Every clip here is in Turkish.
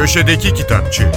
Köşedeki Kitapçı.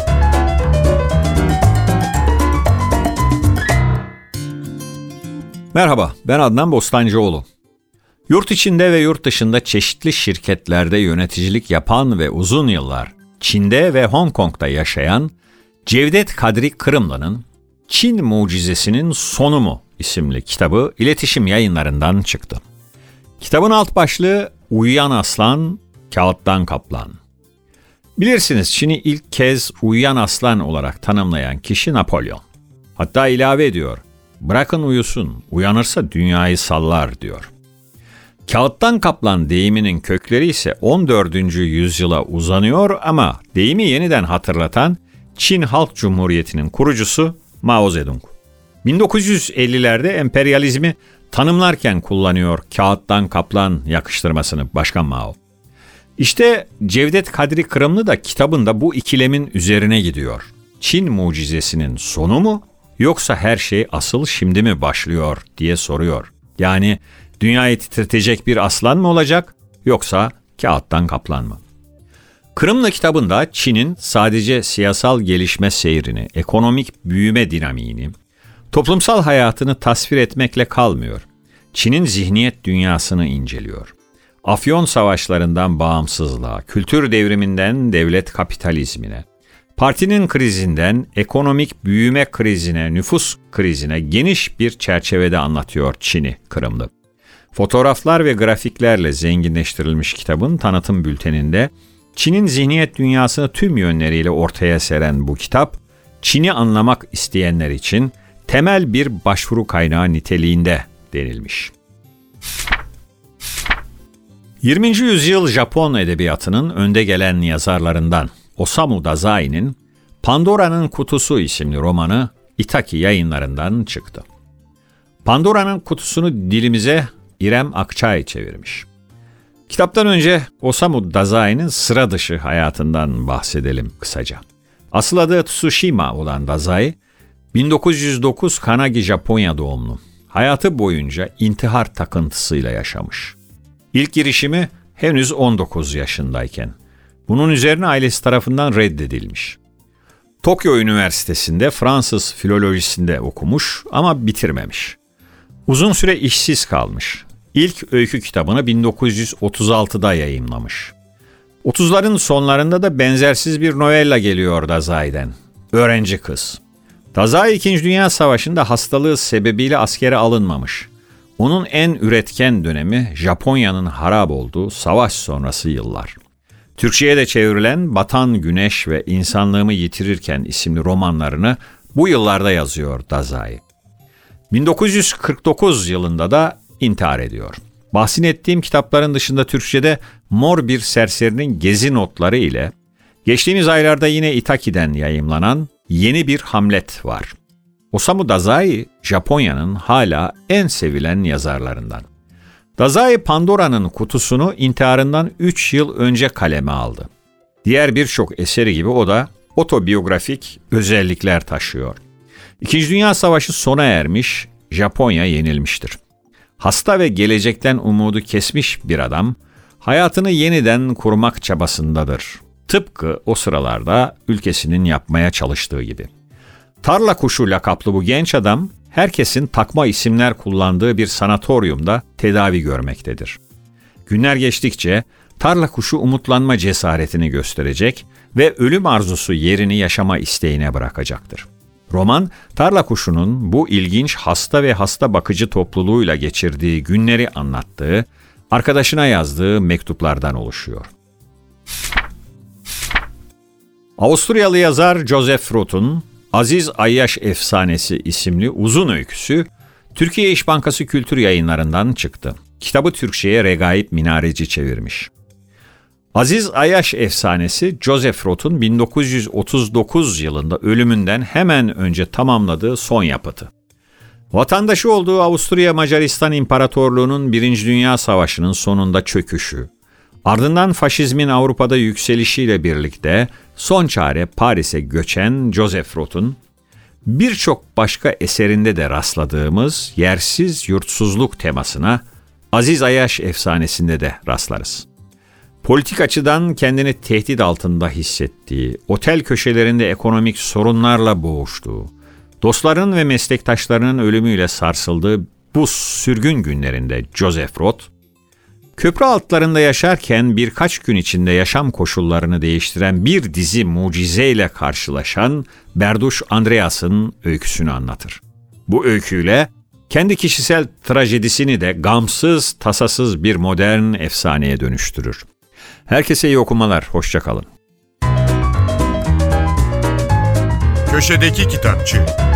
Merhaba, ben Adnan Bostancıoğlu. Yurt içinde ve yurt dışında çeşitli şirketlerde yöneticilik yapan ve uzun yıllar Çin'de ve Hong Kong'da yaşayan Cevdet Kadri Kırımlı'nın Çin Mucizesinin Sonu mu isimli kitabı iletişim yayınlarından çıktı. Kitabın alt başlığı Uyuyan Aslan, Kağıttan Kaplan. Bilirsiniz Çin'i ilk kez uyuyan aslan olarak tanımlayan kişi Napolyon. Hatta ilave ediyor, bırakın uyusun, uyanırsa dünyayı sallar diyor. Kağıttan kaplan deyiminin kökleri ise 14. yüzyıla uzanıyor ama deyimi yeniden hatırlatan Çin Halk Cumhuriyeti'nin kurucusu Mao Zedong. 1950'lerde emperyalizmi tanımlarken kullanıyor kağıttan kaplan yakıştırmasını Başkan Mao. İşte Cevdet Kadri Kırımlı da kitabında bu ikilemin üzerine gidiyor. Çin mucizesinin sonu mu yoksa her şey asıl şimdi mi başlıyor diye soruyor. Yani dünyayı titretecek bir aslan mı olacak yoksa kağıttan kaplan mı? Kırımlı kitabında Çin'in sadece siyasal gelişme seyrini, ekonomik büyüme dinamiğini, toplumsal hayatını tasvir etmekle kalmıyor. Çin'in zihniyet dünyasını inceliyor. Afyon savaşlarından bağımsızlığa, kültür devriminden devlet kapitalizmine, partinin krizinden ekonomik büyüme krizine, nüfus krizine geniş bir çerçevede anlatıyor Çin'i Kırımlı. Fotoğraflar ve grafiklerle zenginleştirilmiş kitabın tanıtım bülteninde Çin'in zihniyet dünyasını tüm yönleriyle ortaya seren bu kitap, Çin'i anlamak isteyenler için temel bir başvuru kaynağı niteliğinde denilmiş. 20. yüzyıl Japon edebiyatının önde gelen yazarlarından Osamu Dazai'nin Pandora'nın Kutusu isimli romanı Itaki yayınlarından çıktı. Pandora'nın Kutusu'nu dilimize İrem Akçay çevirmiş. Kitaptan önce Osamu Dazai'nin sıra dışı hayatından bahsedelim kısaca. Asıl adı Tsushima olan Dazai, 1909 Kanagi, Japonya doğumlu. Hayatı boyunca intihar takıntısıyla yaşamış. İlk girişimi henüz 19 yaşındayken. Bunun üzerine ailesi tarafından reddedilmiş. Tokyo Üniversitesi'nde Fransız filolojisinde okumuş ama bitirmemiş. Uzun süre işsiz kalmış. İlk öykü kitabını 1936'da yayımlamış. 30'ların sonlarında da benzersiz bir novella geliyor Dazai'den. Öğrenci Kız. Dazai 2. Dünya Savaşı'nda hastalığı sebebiyle askere alınmamış. Onun en üretken dönemi Japonya'nın harap olduğu savaş sonrası yıllar. Türkçe'ye de çevrilen Batan Güneş ve İnsanlığımı Yitirirken isimli romanlarını bu yıllarda yazıyor Dazai. 1949 yılında da intihar ediyor. Bahsini ettiğim kitapların dışında Türkçe'de Mor Bir Serserinin Gezi Notları ile geçtiğimiz aylarda yine Itaki'den yayımlanan Yeni Bir Hamlet var. Osamu Dazai, Japonya'nın hala en sevilen yazarlarından. Dazai Pandora'nın Kutusunu intiharından 3 yıl önce kaleme aldı. Diğer birçok eseri gibi o da otobiyografik özellikler taşıyor. İkinci Dünya Savaşı sona ermiş, Japonya yenilmiştir. Hasta ve gelecekten umudu kesmiş bir adam, hayatını yeniden kurmak çabasındadır. Tıpkı o sıralarda ülkesinin yapmaya çalıştığı gibi. Tarla Kuşu lakaplı bu genç adam, herkesin takma isimler kullandığı bir sanatoryumda tedavi görmektedir. Günler geçtikçe tarla kuşu umutlanma cesaretini gösterecek ve ölüm arzusu yerini yaşama isteğine bırakacaktır. Roman, tarla kuşunun bu ilginç hasta ve hasta bakıcı topluluğuyla geçirdiği günleri anlattığı, arkadaşına yazdığı mektuplardan oluşuyor. Avusturyalı yazar Joseph Roth'un Aziz Ayyaş Efsanesi isimli uzun öyküsü Türkiye İş Bankası Kültür Yayınlarından çıktı. Kitabı Türkçe'ye Regaip Minareci çevirmiş. Aziz Ayyaş Efsanesi, Joseph Roth'un 1939 yılında ölümünden hemen önce tamamladığı son yapıtı. Vatandaşı olduğu Avusturya Macaristan İmparatorluğu'nun 1. Dünya Savaşı'nın sonunda çöküşü, ardından faşizmin Avrupa'da yükselişiyle birlikte son çare Paris'e göçen Joseph Roth'un birçok başka eserinde de rastladığımız yersiz yurtsuzluk temasına Aziz Ayyaş Efsanesi'nde de rastlarız. Politik açıdan kendini tehdit altında hissettiği, otel köşelerinde ekonomik sorunlarla boğuştuğu, dostların ve meslektaşlarının ölümüyle sarsıldığı bu sürgün günlerinde Joseph Roth, köprü altlarında yaşarken birkaç gün içinde yaşam koşullarını değiştiren bir dizi mucizeyle karşılaşan Berduş Andreas'ın öyküsünü anlatır. Bu öyküyle kendi kişisel trajedisini de gamsız, tasasız bir modern efsaneye dönüştürür. Herkese iyi okumalar, hoşça kalın. Köşedeki Kitapçı.